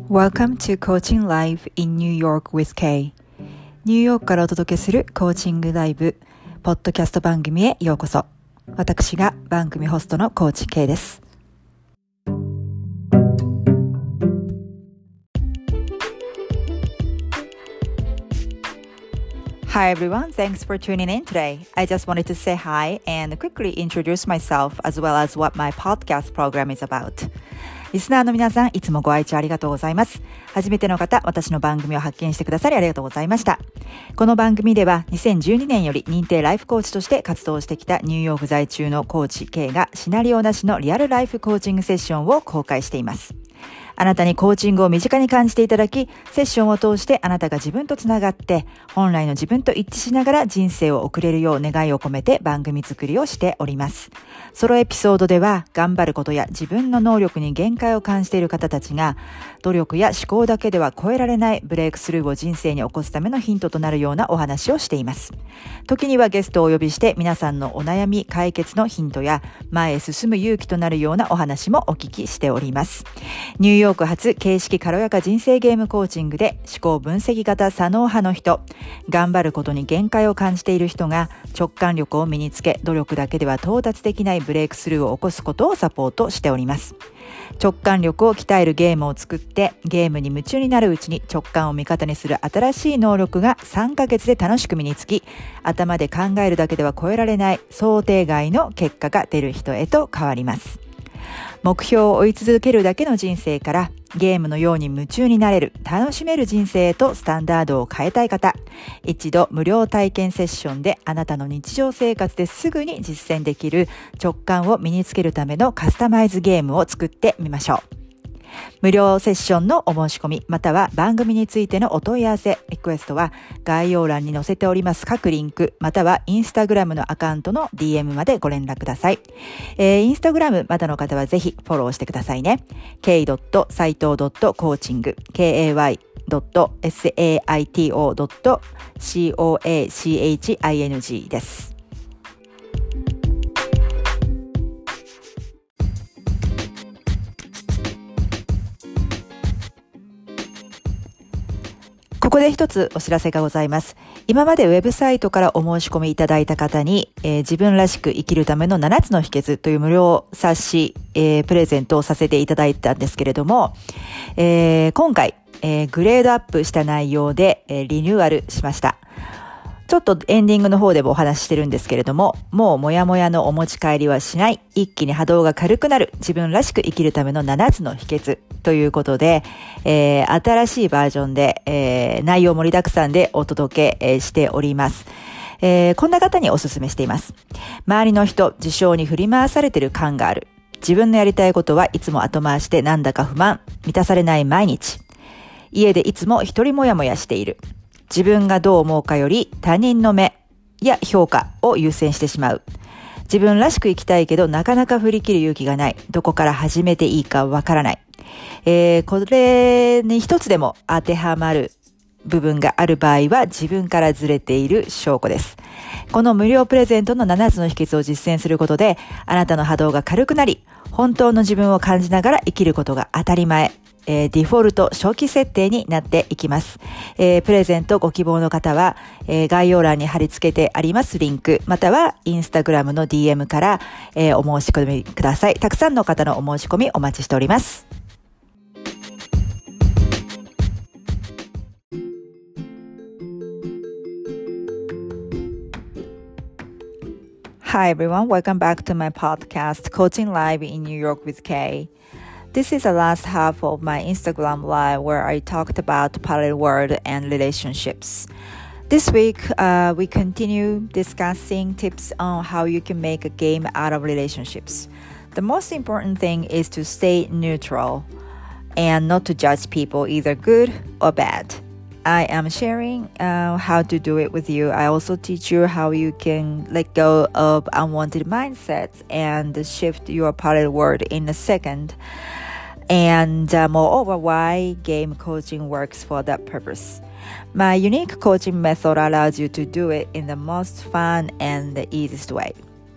Welcome to Coaching Live in New York with Kay. ニューヨークからお届けするコーチングライブポッドキャスト番組へようこそ。私が番組ホストのコーチ Kay です。Hi everyone, thanks for tuning in today. I just wanted to say hi and quickly introduce myself as well as what my podcast program is about. リスナーの皆さん、いつもご愛聴ありがとうございます。初めての方、私の番組を発見してくださりありがとうございました。この番組では2012年より認定ライフコーチとして活動してきたニューヨーク在中のコーチ K がシナリオなしのリアルライフコーチングセッションを公開しています。あなたにコーチングを身近に感じていただき、セッションを通してあなたが自分とつながって、本来の自分と一致しながら人生を送れるよう願いを込めて番組作りをしております。ソロエピソードでは、頑張ることや自分の能力に限界を感じている方たちが、努力や思考だけでは超えられないブレイクスルーを人生に起こすためのヒントとなるようなお話をしています。時にはゲストをお呼びして皆さんのお悩み解決のヒントや前へ進む勇気となるようなお話もお聞きしております。ニューヨーク発形式軽やか人生ゲームコーチングで思考分析型左脳派の人、頑張ることに限界を感じている人が直感力を身につけ、努力だけでは到達できないブレイクスルーを起こすことをサポートしております。直感力を鍛えるゲームを作って、ゲームに夢中になるうちに直感を味方にする新しい能力が3ヶ月で楽しく身につき、頭で考えるだけでは超えられない想定外の結果が出る人へと変わります。目標を追い続けるだけの人生からゲームのように夢中になれる、楽しめる人生へとスタンダードを変えたい方、一度無料体験セッションであなたの日常生活ですぐに実践できる直感を身につけるためのカスタマイズゲームを作ってみましょう。無料セッションのお申し込み、または番組についてのお問い合わせ、リクエストは概要欄に載せております各リンク、またはインスタグラムのアカウントの DM までご連絡ください。インスタグラムまだの方はぜひフォローしてくださいね。k.saito.coaching kay.saito.coaching です。ここで一つお知らせがございます。今までウェブサイトからお申し込みいただいた方に、自分らしく生きるための7つの秘訣という無料冊子、プレゼントをさせていただいたんですけれども、今回、グレードアップした内容で、リニューアルしました。ちょっとエンディングの方でもお話ししてるんですけれども、もうもやもやのお持ち帰りはしない、一気に波動が軽くなる、自分らしく生きるための7つの秘訣ということで、新しいバージョンで、内容盛りだくさんでお届け、しております。こんな方にお勧めしています。周りの人、事象に振り回されている感がある。自分のやりたいことはいつも後回しでなんだか不満、満たされない毎日。家でいつも一人もやもやしている。自分がどう思うかより他人の目や評価を優先してしまう。自分らしく生きたいけどなかなか振り切る勇気がない。どこから始めていいかわからない。これに一つでも当てはまる部分がある場合は自分からずれている証拠です。この無料プレゼントの7つの秘訣を実践することであなたの波動が軽くなり、本当の自分を感じながら生きることが当たり前。デフォルト初期設定になっていきます。プレゼントご希望の方は、概要欄に貼り付けてありますリンク、またはインスタグラムの DM から、お申し込みください。たくさんの方のお申し込みお待ちしております。Hi everyone, welcome back to my podcast, Coaching Live in New York with Kay.This is the last half of my Instagram live where I talked about parallel world and relationships. This week, we continue discussing tips on how you can make a game out of relationships. The most important thing is to stay neutral and not to judge people either good or bad.I am sharing how to do it with you. I also teach you how you can let go of unwanted mindsets and shift your parallel world in a second. And moreover, why game coaching works for that purpose. My unique coaching method allows you to do it in the most fun and the easiest way.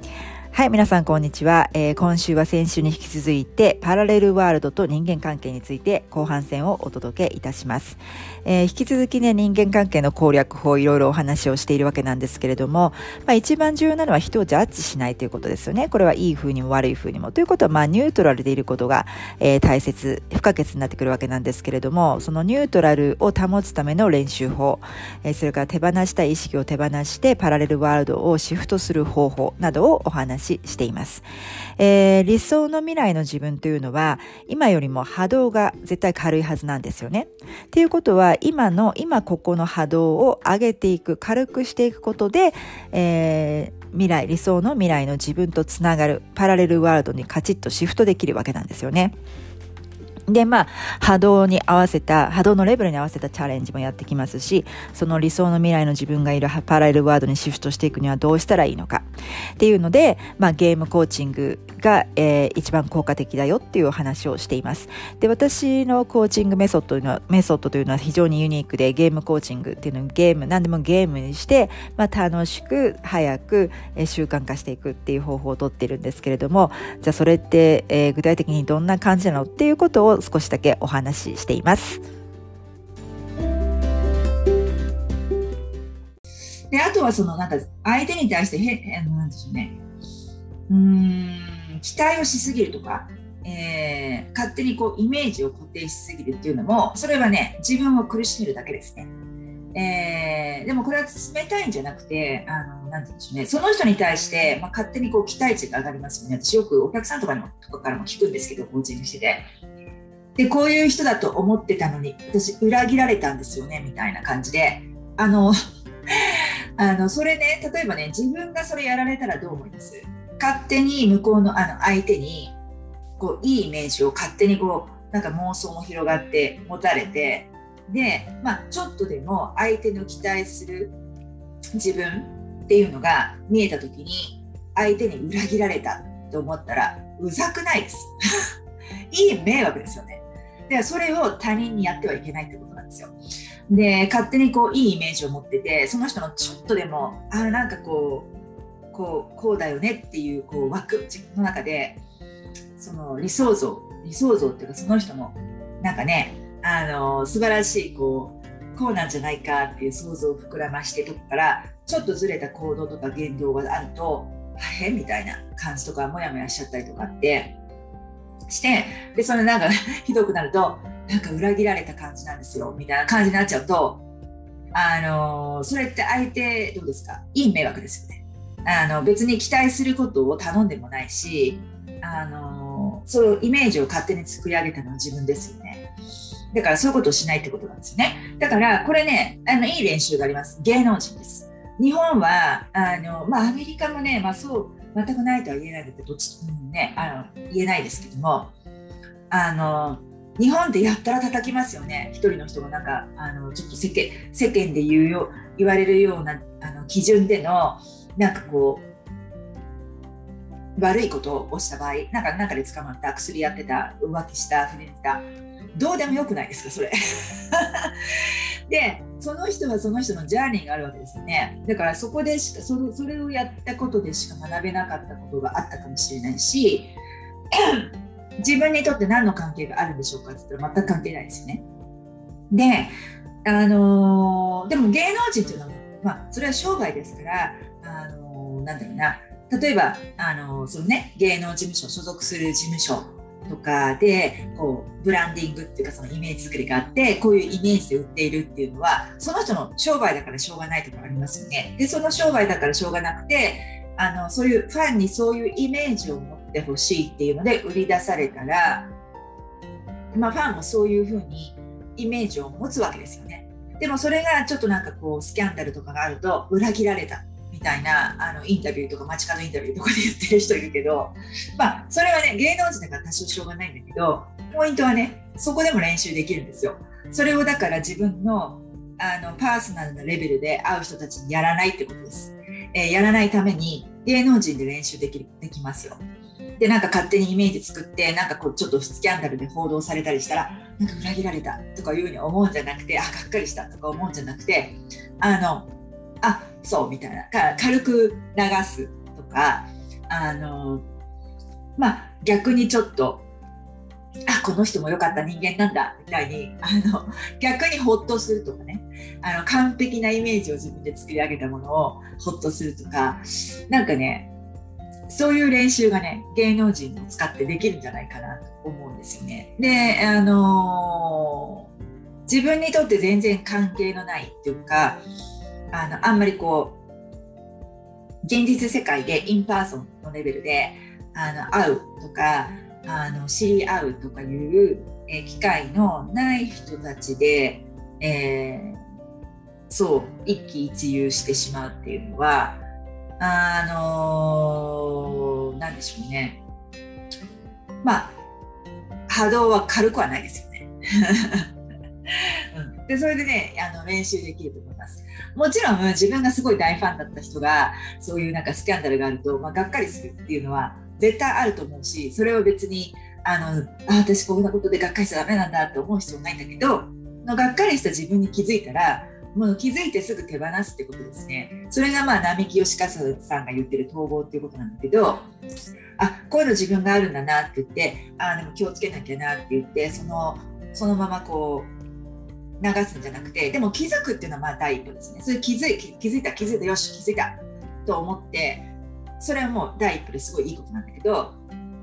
はい、皆さんこんにちは、今週は先週に引き続いてパラレルワールドと人間関係について後半戦をお届けいたします。引き続きね、人間関係の攻略法いろいろお話をしているわけなんですけれども、一番重要なのは人をジャッジしないということですよね。これはいい風にも悪い風にもということは、ニュートラルでいることが、大切不可欠になってくるわけなんですけれども、そのニュートラルを保つための練習法、それから手放したい意識を手放してパラレルワールドをシフトする方法などをお話ししています。理想の未来の自分というのは今よりも波動が絶対軽いはずなんですよね。っていうことは今ここの波動を上げていく、軽くしていくことで、理想の未来の自分とつながるパラレルワールドにカチッとシフトできるわけなんですよね。で、波動のレベルに合わせたチャレンジもやってきますし、その理想の未来の自分がいるパラレルワールドにシフトしていくにはどうしたらいいのかっていうので、ゲームコーチングが、一番効果的だよっていうお話をしています。で、私のコーチングメソッドというのは非常にユニークで、ゲームコーチングっていうのを何でもゲームにして、楽しく早く、習慣化していくっていう方法をとっているんですけれども、じゃあそれって、具体的にどんな感じなのっていうことを少しだけお話ししています。で、あとは相手に対してなんでしょうね、期待をしすぎるとか、勝手にイメージを固定しすぎるっていうのも、それはね、自分を苦しめるだけですね。でもこれは冷たいんじゃなくて、なんて言うんでしょうね、その人に対して、勝手に期待値が上がりますよね。私よくお客さんとかからも聞くんですけど、コーチングしてて。で、こういう人だと思ってたのに私裏切られたんですよねみたいな感じで、それね、例えばね、自分がそれやられたらどう思います？勝手に向こうの相手にいいイメージを勝手になんか妄想も広がって持たれて、で、ちょっとでも相手の期待する自分っていうのが見えた時に相手に裏切られたと思ったらうざくないですいい迷惑ですよね。で、それを他人にやってはいけないってことなんですよ。で、勝手にいいイメージを持ってて、その人のちょっとでもなんかこうだよねっていう枠、自分の中でその理想像っていうか、その人のなんかね、素晴らしいこうなんじゃないかっていう想像を膨らましてとかから、ちょっとずれた行動とか言動があるとみたいな感じとか、モヤモヤしちゃったりとかってして、で、それなんかひどくなると、なんか裏切られた感じなんですよみたいな感じになっちゃうと、それって相手どうですか？いい迷惑ですよね。別に期待することを頼んでもないし、そういうイメージを勝手に作り上げたのは自分ですよね。だからそういうことをしないってことなんですよね。だからこれね、いい練習があります。芸能人です。日本はアメリカもね、そう全くないとは言えないけど、どっちね、言えないですけども、日本でやったら叩きますよね。一人の人がなんかちょっと世間で言われるような基準でのなんか悪いことをした場合、なんかで捕まった、薬やってた、浮気した、不倫した、どうでもよくないですか、それで、その人はその人のジャーニーがあるわけですよね。だからそこでしかそれをやったことでしか学べなかったことがあったかもしれないし自分にとって何の関係があるんでしょうかって言ったら全く関係ないですよね。で、でも芸能人っていうのは、それは生涯ですから、なんだろうな、例えばそのね、芸能事務所、所属する事務所とかでブランディングっていうか、そのイメージ作りがあって、こういうイメージで売っているっていうのは、その人の商売だからしょうがないとかありますよね。で、その商売だからしょうがなくて、そういうファンにそういうイメージを持ってほしいっていうので売り出されたら、ファンもそういうふうにイメージを持つわけですよね。でもそれがちょっとなんかスキャンダルとかがあると裏切られたみたいなインタビューとか街角インタビューとかで言ってる人いるけど、それはね、芸能人だから多少しょうがないんだけど、ポイントはね、そこでも練習できるんですよ。それをだから自分のパーソナルなレベルで会う人たちにやらないってことです。やらないために芸能人で練習できますよ。で、なんか勝手にイメージ作って、なんかちょっとスキャンダルで報道されたりしたら、なんか裏切られたとかいうふうに思うんじゃなくて、がっかりしたとか思うんじゃなくて、そうみたいな、軽く流すとか、 逆にちょっとこの人も良かった人間なんだみたいに逆にホッとするとかね、完璧なイメージを自分で作り上げたものをホッとするとか、なんかね、そういう練習がね、芸能人を使ってできるんじゃないかなと思うんですよね。で、自分にとって全然関係のないっていうか、あんまりこう現実世界でインパーソンのレベルで会うとか知り合うとかいう、機会のない人たちで、そう一喜一憂してしまうっていうのはなんでしょうね、波動は軽くはないですよね。でそれでね練習できると思います。もちろん自分がすごい大ファンだった人がそういうなんかスキャンダルがあると、がっかりするっていうのは絶対あると思うし、それを別に私こんなことでがっかりしちゃダメなんだって思う必要ないんだけど、がっかりした自分に気づいたらもう気づいてすぐ手放すってことですね。それが並木義和さんが言ってる統合っていうことなんだけど、こういうの自分があるんだなって言って、でも気をつけなきゃなって言ってそのままこう流すんじゃなくて、でも気づくっていうのは第一歩ですね。それ気づいたよし気づいたと思って、それはもう第一歩ですごいいいことなんだけど、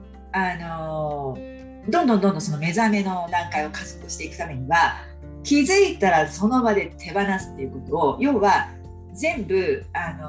どんどんその目覚めの段階を加速していくためには、気づいたらその場で手放すっていうことを、要は全部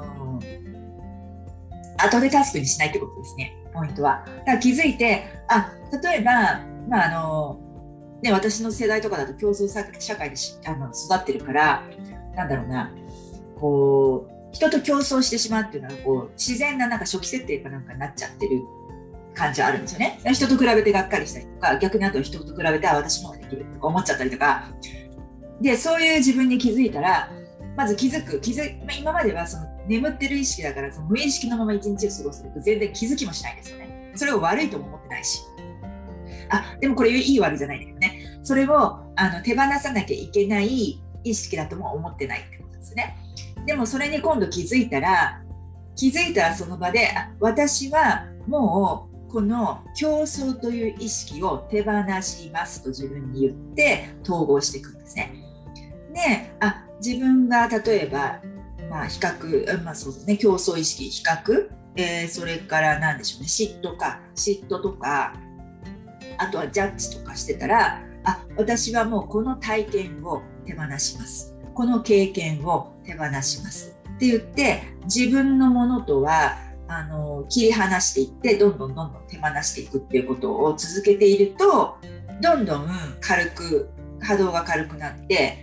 後でタスクにしないってことですね。ポイントはだから気づいて、例えば私の世代とかだと競争社会で育ってるから、なんだろうな、こう人と競争してしまうっていうのはこう自然ななんか初期設定かなんかになっちゃってる感じはあるんですよね。人と比べてがっかりしたりとか、逆にあと人と比べて私もできるとか思っちゃったりとかで、そういう自分に気づいたら、まず今まではその眠ってる意識だから、その無意識のまま一日を過ごすと全然気づきもしないですよね。それを悪いとも思ってないし、でもこれいい悪いじゃないんだけどね、それを手放さなきゃいけない意識だとも思ってないってことですね。でもそれに今度気づいたらその場で私はもうこの競争という意識を手放しますと自分に言って統合していくんですね。で自分が例えば、比較、そうですね、競争意識、比較、それから何でしょうね、嫉妬とか、あとはジャッジとかしてたら、私はもうこの体験を手放します、この経験を手放しますって言って、自分のものとは切り離していって、どんどん手放していくっていうことを続けていると、どんどん波動が軽くなって、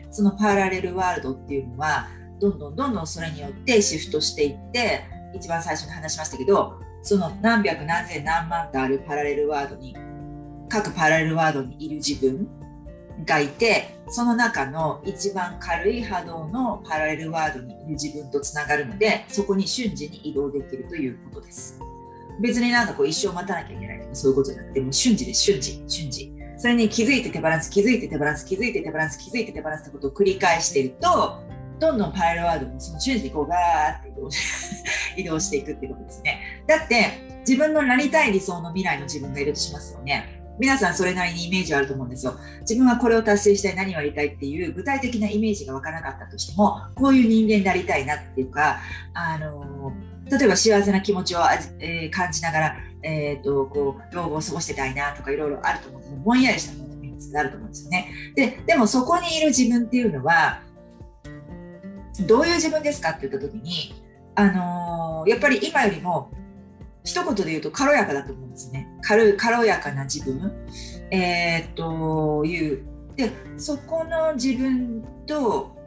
そのパラレルワールドっていうのはどんどんそれによってシフトしていって、一番最初に話しましたけど、その何百何千何万とあるパラレルワードに、各パラレルワードにいる自分がいて、その中の一番軽い波動のパラレルワードにいる自分とつながるので、そこに瞬時に移動できるということです。別になんかこう一生待たなきゃいけないとかそういうことじゃなくて、もう瞬時です。瞬時。それに気づいて手放す、気づいて手放す、気づいて手放す、気づいて手放すってことを繰り返していると、どんどんパラレルワードもその瞬時にこうガーって移動していくっていうことですね。だって自分のなりたい理想の未来の自分がいるとしますよね。皆さんそれなりにイメージあると思うんですよ。自分はこれを達成したい、何をやりたいっていう具体的なイメージがわからなかったとしても、こういう人間になりたいなっていうか、例えば幸せな気持ちを、感じながら、こう老後を過ごしてたいなとかいろいろあると思うんです。ぼんやりしたものがあると思うんですよね。でもそこにいる自分っていうのはどういう自分ですかって言った時に、やっぱり今よりも一言で言うと軽やかだと思うんですね。軽やかな自分、でそこの自分と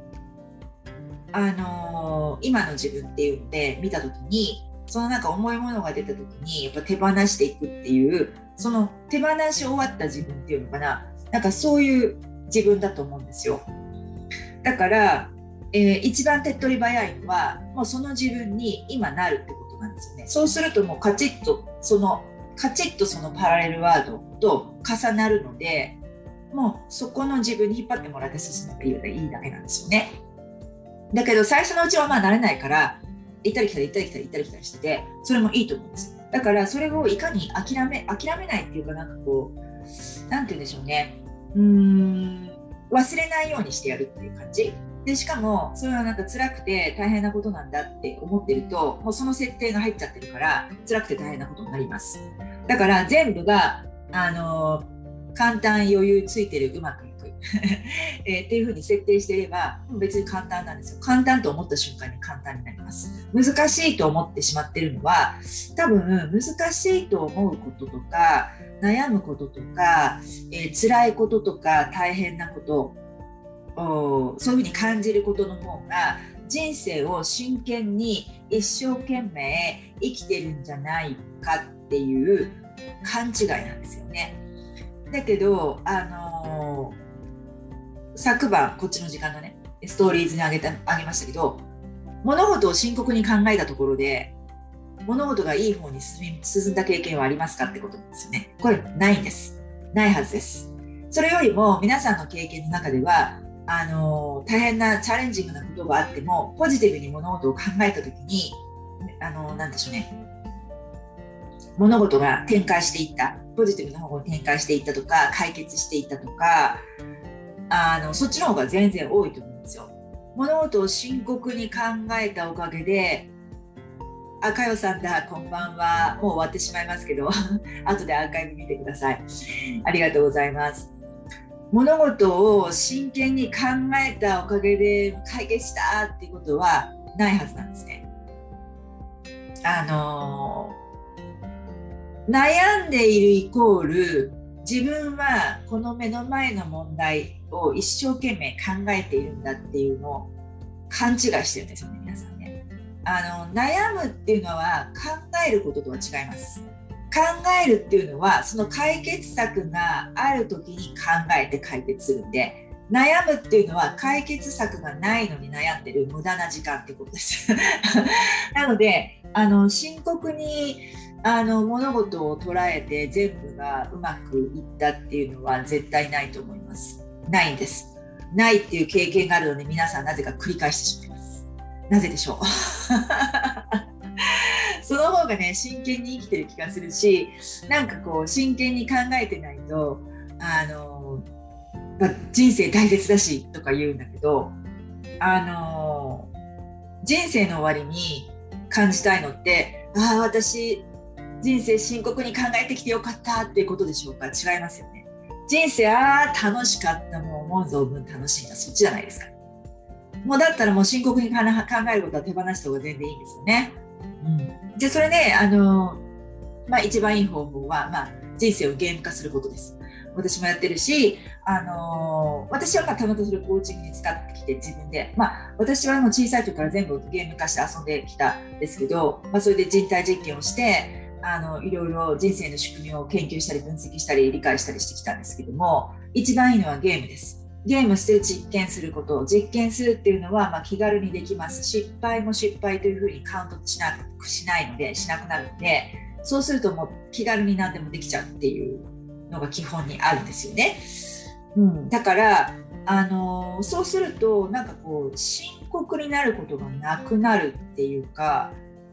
今の自分っていうので見た時に、そのなんか重いものが出た時にやっぱ手放していくっていう、その手放し終わった自分っていうのかな、なんかそういう自分だと思うんですよ。だから、一番手っ取り早いのはもうその自分に今なるってことなんですよね。そうするともうカチッとそのパラレルワードと重なるので、もうそこの自分に引っ張ってもらって進めばいいだけなんですよね。だけど最初のうちは慣れないから行ったり来たりしてて、それもいいと思うんですよ。 だからそれをいかに諦めないっていうか、なんかこう、なんて言うんでしょうね。忘れないようにしてやるっていう感じ。で、しかも、それはなんか辛くて大変なことなんだって思ってると、もうその設定が入っちゃってるから、辛くて大変なことになります。だから全部が、簡単、余裕ついてる、うまくいく。っていうふうに設定していれば、別に簡単なんですよ。簡単と思った瞬間に簡単になります。難しいと思ってしまってるのは、多分、難しいと思うこととか、悩むこととか、辛いこととか、大変なこと、そういうふうに感じることの方が、人生を真剣に一生懸命生きてるんじゃないかっていう勘違いなんですよね。だけど、昨晩こっちの時間のねストーリーズにあげましたけど、物事を深刻に考えたところで物事がいい方に進んだ経験はありますかってことなんですよね。これないんです。ないはずです。それよりも皆さんの経験の中では大変なチャレンジングなことがあってもポジティブに物事を考えた時になんでしょうね、物事が展開していった、ポジティブな方向に展開していったとか解決していったとか、そっちの方が全然多いと思うんですよ。物事を深刻に考えたおかげで、かよさんだ、こんばんは。もう終わってしまいますけど後でアーカイブ見てください。ありがとうございます。物事を真剣に考えたおかげで解決したっていうことはないはずなんですね。悩んでいるイコール自分はこの目の前の問題を一生懸命考えているんだっていうのを勘違いしてるんですよね、皆さんね。悩むっていうのは考えることとは違います。考えるっていうのはその解決策がある時に考えて解決するんで、悩むっていうのは解決策がないのに悩んでる無駄な時間ってことですなので深刻に物事を捉えて全部がうまくいったっていうのは絶対ないと思います。ないんです。ないっていう経験があるので皆さんなぜか繰り返してしまいます。なぜでしょうその方がね真剣に生きてる気がするし、なんかこう真剣に考えてないと人生大切だしとか言うんだけど、人生の終わりに感じたいのって私人生深刻に考えてきてよかったっていうことでしょうか。違いますよね。人生楽しかった、もう思う存分楽しんだ、そっちじゃないですか。もうだったらもう深刻に考えることは手放した方が全然いいんですよね。でそれで一番いい方法は、人生をゲーム化することです。私もやってるし、私はたまたまそれをコーチングに使ってきて自分で、私はもう小さい時から全部ゲーム化して遊んできたんですけど、それで人体実験をしていろいろ人生の仕組みを研究したり分析したり理解したりしてきたんですけども、一番いいのはゲームです。ゲームして実験すること、実験するっていうのは気軽にできます。失敗も失敗というふうにカウントしなくなるので、そうするともう気軽に何でもできちゃうっていうのが基本にあるんですよね。だからそうするとなんかこう深刻になることがなくなるっていうか、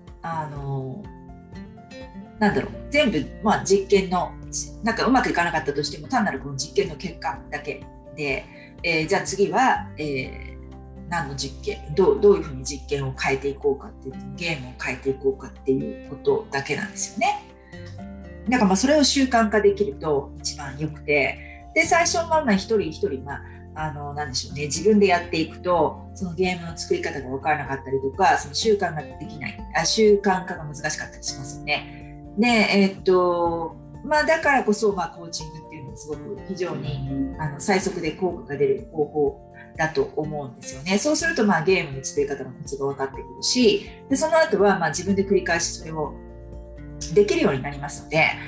全部、実験のなんかうまくいかなかったとしても単なるこの実験の結果だけで、じゃあ次は、何の実験、どういうふうに実験を変えていこうかっていう、ゲームを変えていこうかっていうことだけなんですよね。だからそれを習慣化できると一番よくて、で最初は一人一人なんでしょうね、自分でやっていくとそのゲームの作り方が分からなかったりとか、その習慣ができない、習慣化が難しかったりしますよね。でだからこそ、コーチングっていうのはすごく非常に最速で効果が出る方法だと思うんですよね。そうするとゲームの作り方のコツが分かってくるし、でその後は自分で繰り返しそれをできるようになりますので、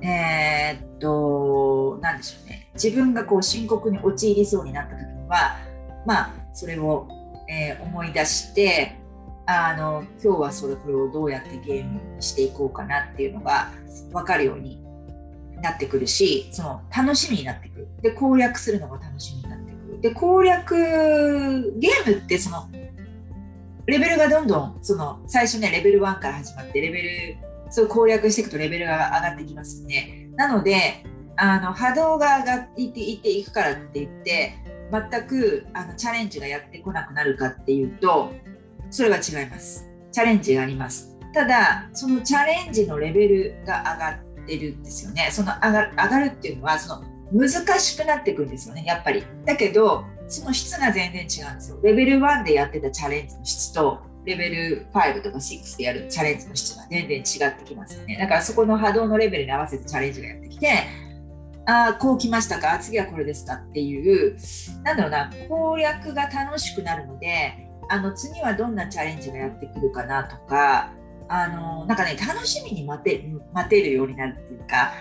なんでしょうね、自分がこう深刻に陥りそうになった時には、それを、思い出して、今日はこれをどうやってゲームにしていこうかなっていうのが分かるようになってくるし、その楽しみになってくる。で攻略するのが楽しみになってくる。で攻略ゲームってレベルがどんどん最初ねレベル1から始まってレベルそう攻略していくとレベルが上がってきますよね。なので波動が上がっていくからって言って全くチャレンジがやってこなくなるかっていうと、それは違います。チャレンジがあります。ただそのチャレンジのレベルが上がってるんですよね。その上がるっていうのはその難しくなっていくんですよね、やっぱり。だけどその質が全然違うんですよ。レベル1でやってたチャレンジの質とレベル5とか6でやるチャレンジの質が全然違ってきますよね。だからそこの波動のレベルに合わせてチャレンジがやってきて、こう来ましたか、次はこれですかっていう、なんだろうな、攻略が楽しくなるので、次はどんなチャレンジがやってくるかなとか、なんかね、楽しみに待てるようになるっていうか、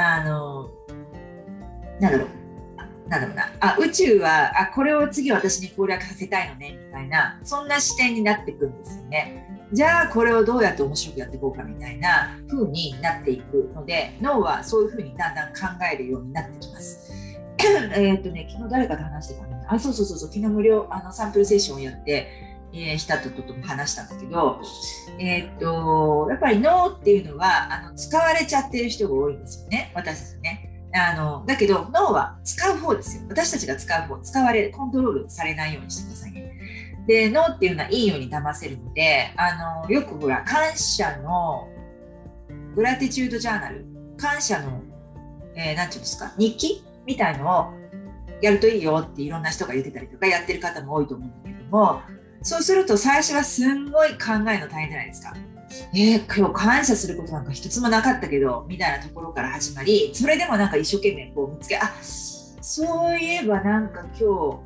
なんだろうな、宇宙はこれを次私に攻略させたいのねみたいな、そんな視点になっていくんですよね。じゃあこれをどうやって面白くやっていこうかみたいな風になっていくので、脳はそういう風にだんだん考えるようになってきます。昨日誰かと話してたのね。そう、昨日無料サンプルセッションをやって、したとも話したんだけど、やっぱり脳っていうのは使われちゃってる人が多いんですよね、私たちね。だけど脳は使う方ですよ。私たちが使う方、コントロールされないようにしてくださいね。で、脳っていうのはいいように騙せるので、よくほら、感謝のグラティチュードジャーナル、感謝の、なんていうんですか、日記みたいのをやるといいよっていろんな人が言ってたりとか、やってる方も多いと思うんだけども、そうすると最初はすんごい考えるの大変じゃないですか。今日感謝することなんか一つもなかったけどみたいなところから始まり、それでもなんか一生懸命こう見つけ、そういえばなんか今日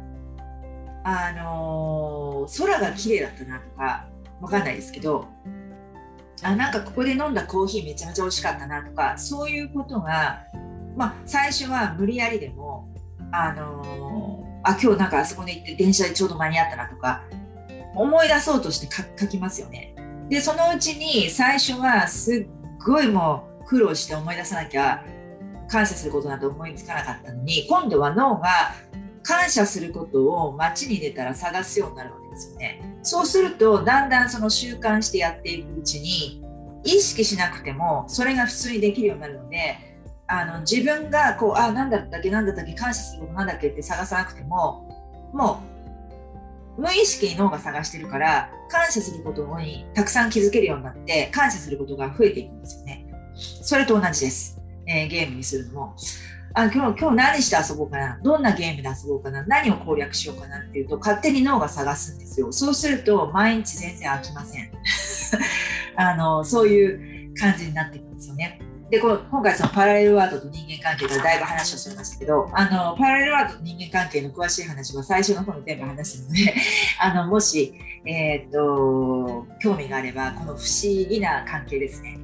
空が綺麗だったなとかわかんないですけど、なんかここで飲んだコーヒーめちゃめちゃ美味しかったなとか、そういうことが、最初は無理やりでも今日なんかあそこに行って電車でちょうど間に合ったなとか思い出そうとして書きますよね。でそのうちに最初はすっごいもう苦労して思い出さなきゃ感謝することなんて思いつかなかったのに、今度は脳が感謝することを街に出たら探すようになるわけですよね。そうするとだんだんその習慣してやっていくうちに意識しなくてもそれが普通にできるようになるので、自分がこうなんだったっけ感謝することなんだっけって探さなくても、もう無意識に脳が探してるから感謝することにたくさん気づけるようになって感謝することが増えていくんですよね。それと同じです。ゲームにするのも今日何して遊ぼうかな、どんなゲームで遊ぼうかな、何を攻略しようかなっていうと勝手に脳が探すんですよ。そうすると毎日全然飽きませんそういう感じになっていくんですよね。で今回そのパラレルワールドと人間関係からだいぶ話をしましたけど、パラレルワールドと人間関係の詳しい話は最初の方のテーマ話してるのでもし、興味があればこの不思議な関係ですね、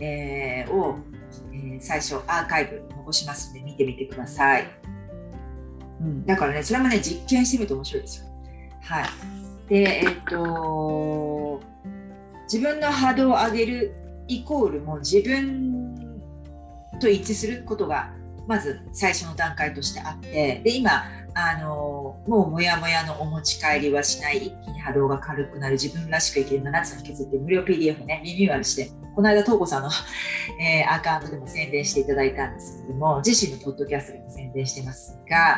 最初アーカイブ残しますので見てみてください。だからね、それもね実験してみると面白いですよ。はい。で自分の波動を上げるイコールも自分と一致することがまず最初の段階としてあって、で今もうモヤモヤのお持ち帰りはしない、一気に波動が軽くなる自分らしく生きる7つの秘訣って無料 PDF をねリニューアルして、この間東子さんの、アカウントでも宣伝していただいたんですけども、自身のポッドキャストでも宣伝してますが、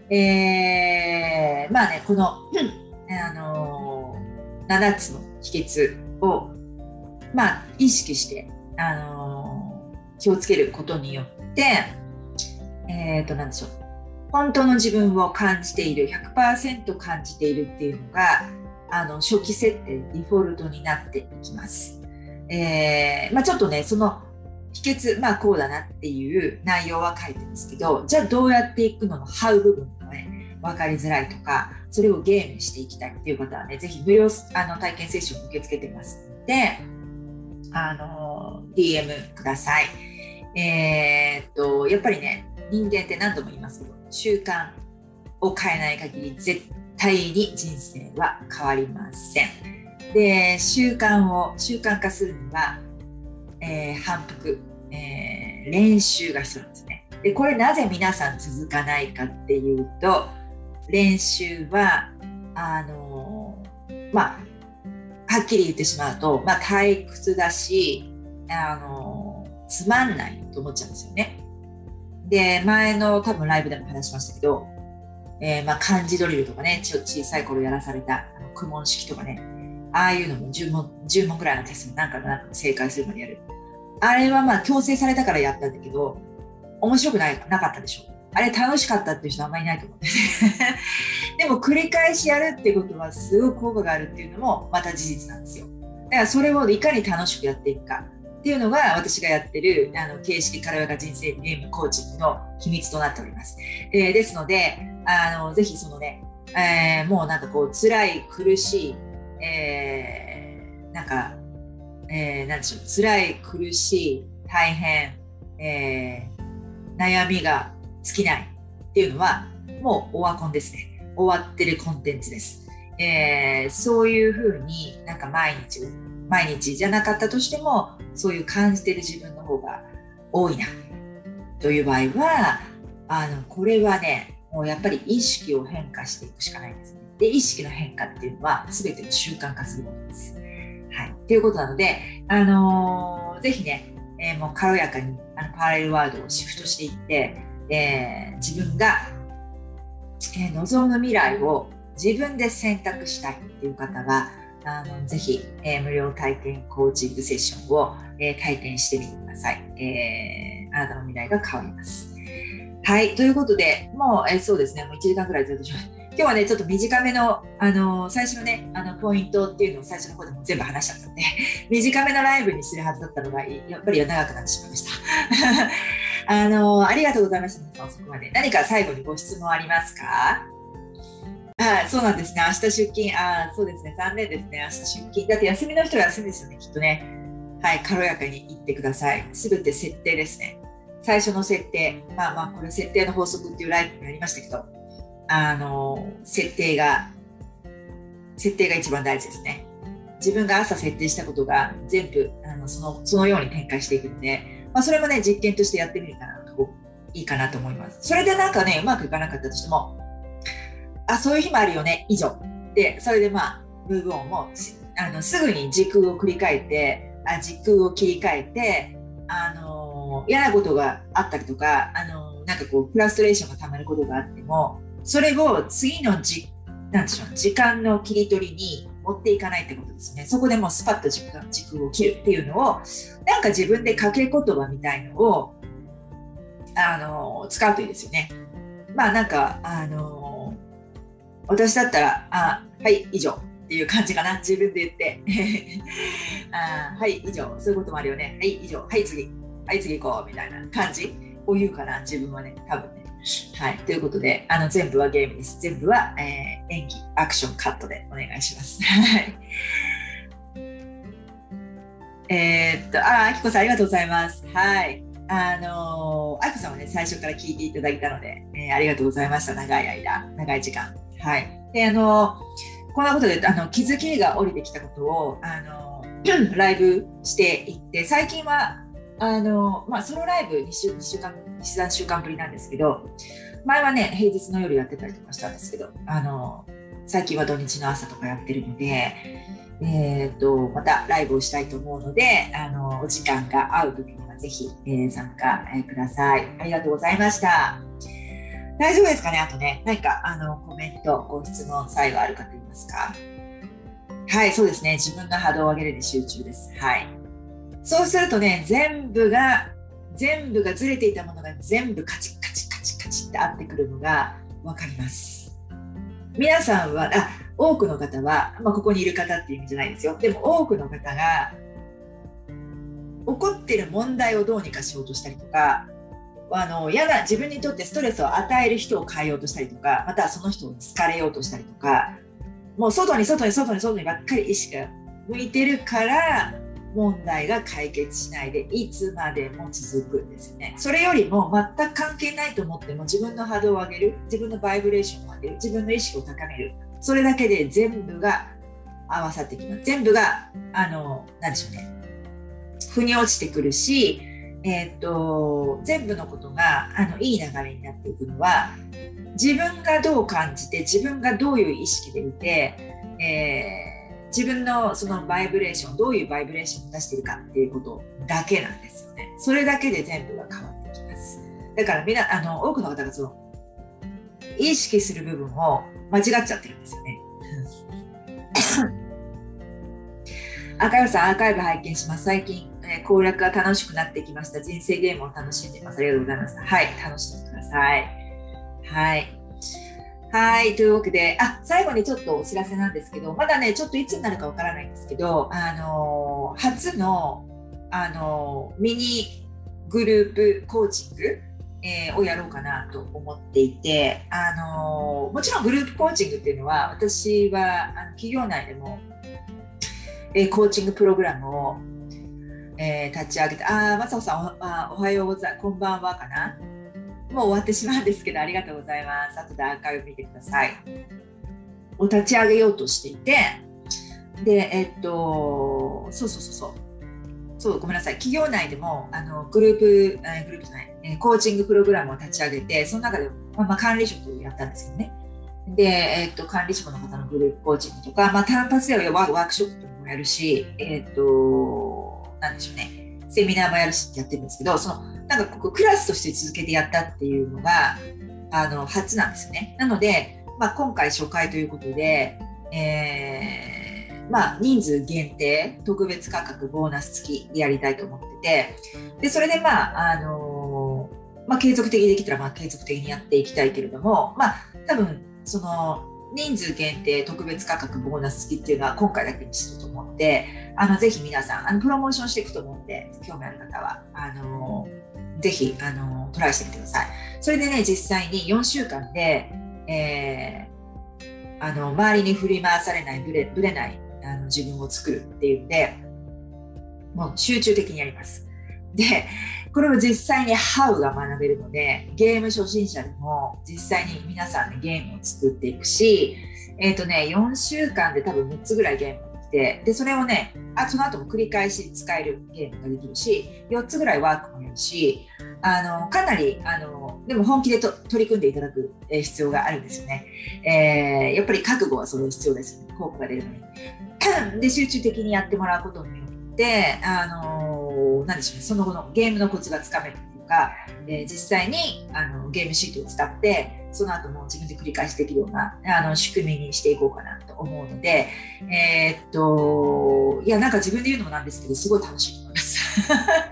この、7つの秘訣を意識して気をつけることによって何でしょう、本当の自分を感じている 100% 感じているっていうのが初期設定デフォルトになっていきます。ちょっとねその秘訣こうだなっていう内容は書いてますけど、じゃあどうやっていくのHow 部分がね分かりづらいとか、それをゲームにしていきたいっていう方はね、ぜひ無料体験セッション受け付けてますのでDM ください。やっぱりね、人間って何度も言いますけど、習慣を変えない限り絶対に人生は変わりません。で、習慣化するには、反復、練習が必要なんですね。で、これなぜ皆さん続かないかっていうと、練習ははっきり言ってしまうと、退屈だし、 つまんないと思っちゃうんですよね。で、前の多分ライブでも話しましたけど、漢字ドリルとかね、小さい頃やらされた苦問式とかね、ああいうのも10問くらいのテストに何回も正解するまでやる。あれは強制されたからやったんだけど、面白くなかったでしょ。あれ楽しかったっていう人あんまりいないと思うんですね。でも繰り返しやるっていうことはすごく効果があるっていうのもまた事実なんですよ。だからそれをいかに楽しくやっていくかっていうのが私がやってる形式軽やか人生ゲームコーチングの秘密となっております。ですので、ぜひそのね、もうなんかこう辛い苦しい、なんでしょう、辛い苦しい大変、悩みが尽きないっていうのはもうオワコンですね。終わってるコンテンツです。そういうふうになんか毎日じゃなかったとしてもそういう感じてる自分の方が多いなという場合はこれはねもうやっぱり意識を変化していくしかないんですね。で意識の変化っていうのは全ての習慣化するものです。はい、ということなので、ぜひね、もう軽やかにパラレルワールドをシフトしていって、自分が、望む未来を自分で選択したいという方はぜひ、無料体験コーチングセッションを、体験してみてください。あなたの未来が変わります。はい、ということでもう、そうですね、もう1時間くらいずっと今日はねちょっと短めの、最初のねポイントっていうのを最初の方でも全部話しちゃったので短めのライブにするはずだったのがやっぱり長くなってしまいましたありがとうございました。皆さん遅くまで何か最後にご質問ありますか？そうなんですね。明日出勤。そうですね。残念ですね。明日出勤。だって休みの人は休みですよね、きっとね。はい、軽やかに行ってください。すべて設定ですね。最初の設定。これ設定の法則っていうライブにありましたけど、設定が一番大事ですね。自分が朝設定したことが全部そのように展開していくので、それもね、実験としてやってみるといいかなと思います。それでなんかね、うまくいかなかったとしても、そういう日もあるよね、以上。で、それでムーブオンもすぐに時空を切り替えて、嫌なことがあったりとか、なんかこう、フラストレーションがたまることがあっても、それを次の時間の切り取りに持っていかないってことですね。そこでもうスパッと時空を切るっていうのを、なんか自分で掛け言葉みたいのを、使うといいですよね。なんか、私だったら、はい、以上っていう感じかな。自分で言って。はい、以上。そういうこともあるよね。はい、以上。はい、次。はい、次行こう。みたいな感じを言うかな。自分はね、多分ね。はい、ということで、全部はゲームです。全部は、演技、アクション、カットでお願いします。はい。あきこさんありがとうございます。はい。あきこさんはね、最初から聞いていただいたので、ありがとうございました。長い時間。はい。で、こんなことで、気づきが降りてきたことを、ライブしていって、最近は、ソロライブ3週間ぶりなんですけど、前はね、平日の夜やってたりとかしたんですけど、最近は土日の朝とかやってるので、またライブをしたいと思うので、お時間が合うときにはぜひ、参加、ください。ありがとうございました。大丈夫ですかね。あとね、何かコメント、ご質問、最後あるかと言いますか。はい、そうですね。自分の波動を上げるに集中です。はい。そうするとね、全部がずれていたものが全部カチカチカチカチって合ってくるのが分かります。皆さんは、多くの方は、ここにいる方っていう意味じゃないですよ。でも多くの方が、起こっている問題をどうにかしようとしたりとか、自分にとってストレスを与える人を変えようとしたりとか、またはその人に好かれようとしたりとか、もう外にばっかり意識が向いてるから問題が解決しないでいつまでも続くんですよね。それよりも全く関係ないと思っても自分の波動を上げる、自分のバイブレーションを上げる、自分の意識を高める、それだけで全部が合わさってきます。全部が何でしょうね、腑に落ちてくるし、全部のことがいい流れになっていくのは、自分がどう感じて、自分がどういう意識でいて、 自分のそのバイブレーション、どういうバイブレーションを出しているかっていうことだけなんですよね。それだけで全部が変わってきます。だから多くの方がその意識する部分を間違っちゃってるんですよね。赤岩さん、アーカイブ拝見します。最近、攻略が楽しくなってきました。人生ゲームを楽しんでいます。ありがとうございます。はい、楽しんでください。はい。はい、というわけで、最後にちょっとお知らせなんですけど、まだね、ちょっといつになるかわからないんですけど、初の、ミニグループコーチング、をやろうかなと思っていて、もちろんグループコーチングっていうのは、私は企業内でも、コーチングプログラムを、立ち上げて、まさおさんおはようございます。こんばんはかな。もう終わってしまうんですけど、ありがとうございます。後でアーカイブ見てください。を立ち上げようとしていて、で、そうごめんなさい。企業内でもグループじゃない、コーチングプログラムを立ち上げて、その中で管理職をやったんですよね。で、管理職の方のグループコーチングとか、単発ではワークショップもやるし、なんでしょうね、セミナーもやるしってやってるんですけど、なんかクラスとして続けてやったっていうのが初なんですよね。なので、今回初回ということで、人数限定、特別価格、ボーナス付きでやりたいと思ってて、でそれで継続的にできたら継続的にやっていきたいけれども、多分その人数限定、特別価格、ボーナス付きっていうのは今回だけにしようと思って、ぜひ皆さんプロモーションしていくと思うんで、興味ある方はぜひトライしてみてください。それでね、実際に4週間で、周りに振り回されない、ぶれない自分を作るっていうんで、もう集中的にやります。で、これを実際に How が学べるので、ゲーム初心者でも実際に皆さんでゲームを作っていくし、4週間で多分6つぐらいゲームができて、でそれをね、その後も繰り返し使えるゲームができるし、4つぐらいワークもやるし、かなりでも本気で取り組んでいただく必要があるんですよね。やっぱり覚悟はそれ必要ですよね、効果が出るのに。で、集中的にやってもらうことによって、何でしょうね、その後のゲームのコツがつかめるっていうか、実際にゲームシートを使ってその後も自分で繰り返しできるような仕組みにしていこうかなと思うので、いや、なんか自分で言うのもなんですけど、すごい楽しいと思います。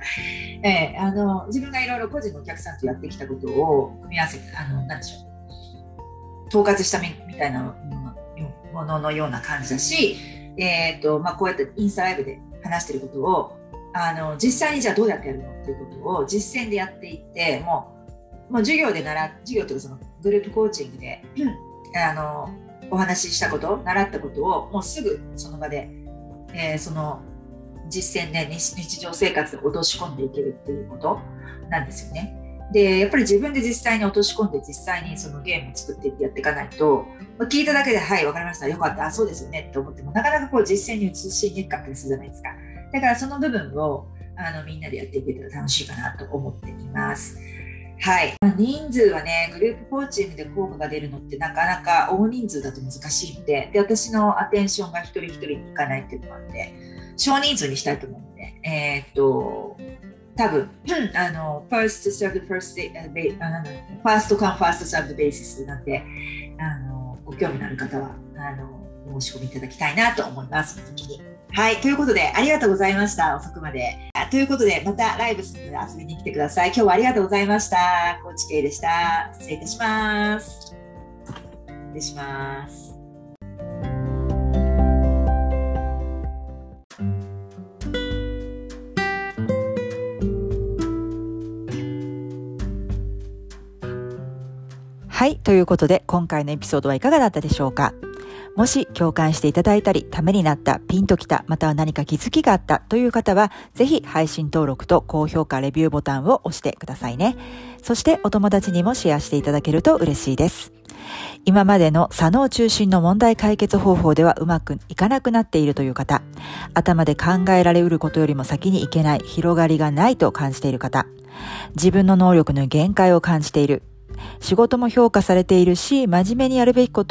自分がいろいろ個人のお客さんとやってきたことを組み合わせて、何でしょう、統括したみたいなもののような感じだし、こうやってインスタライブで話していることを実際にじゃあどうやってやるのっていうことを実践でやっていって、もう授業というかそのグループコーチングでお話ししたこと、習ったことをもうすぐその場で、その実践で日常生活で落とし込んでいけるっていうことなんですよね。で、やっぱり自分で実際に落とし込んで実際にそのゲームを作っていってやっていかないと、聞いただけではい、わかりました、よかった、そうですよねって思っても、なかなかこう実践に移しにくかったりするじゃないですか。だからその部分をみんなでやっていけたら楽しいかなと思っています。はい、人数はね、グループコーチングで効果が出るのってなかなか大人数だと難しいので、私のアテンションが一人一人にいかないっていうのもあって、少人数にしたいと思うので、多分first come first served basis なんで、ご興味のある方は申し込みいただきたいなと思います。はい、ということでありがとうございました。遅くまで。ということでまたライブするので遊びに来てください。今日はありがとうございました。コーチKでした。失礼いたします。失礼します。 はい、ということで今回のエピソードはいかがだったでしょうか。もし共感していただいたり、ためになった、ピンときた、または何か気づきがあったという方は、ぜひ配信登録と高評価、レビューボタンを押してくださいね。そしてお友達にもシェアしていただけると嬉しいです。今までの左脳中心の問題解決方法ではうまくいかなくなっているという方、頭で考えられうることよりも先にいけない、広がりがないと感じている方、自分の能力の限界を感じている、仕事も評価されているし、真面目にやるべきことはやって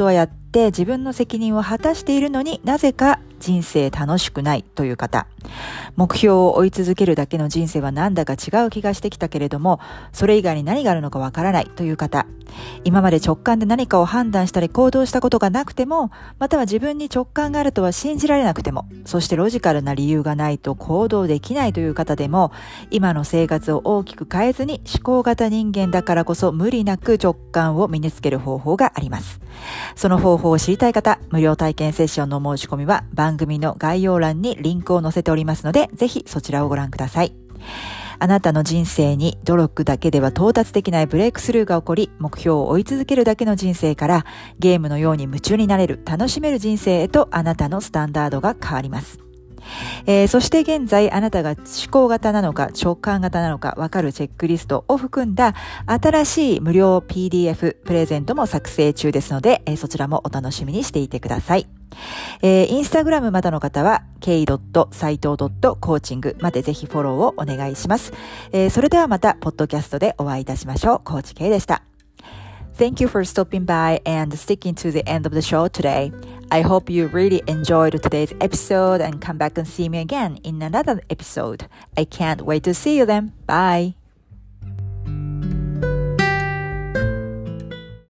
って自分の責任を果たしているのになぜか人生楽しくないという方、目標を追い続けるだけの人生はなんだか違う気がしてきたけれども、それ以外に何があるのかわからないという方、今まで直感で何かを判断したり行動したことがなくても、または自分に直感があるとは信じられなくても、そしてロジカルな理由がないと行動できないという方でも、今の生活を大きく変えずに思考型人間だからこそ無理なく直感を身につける方法があります。その方法を知りたい方、無料体験セッションの申し込みは番組の概要欄にリンクを載せておりますので、ぜひそちらをご覧ください。あなたの人生に努力だけでは到達できないブレイクスルーが起こり、目標を追い続けるだけの人生からゲームのように夢中になれる、楽しめる人生へとあなたのスタンダードが変わります。そして現在あなたが思考型なのか直感型なのかわかるチェックリストを含んだ新しい無料 PDF プレゼントも作成中ですので、そちらもお楽しみにしていてください。インスタグラムまだの方は k.saito.coaching までぜひフォローをお願いします。それではまたポッドキャストでお会いいたしましょう。コーチ K でした。Thank you for stopping by and sticking to the end of the show today. I hope you really enjoyed today's episode and come back and see me again in another episode. I can't wait to see you then. Bye.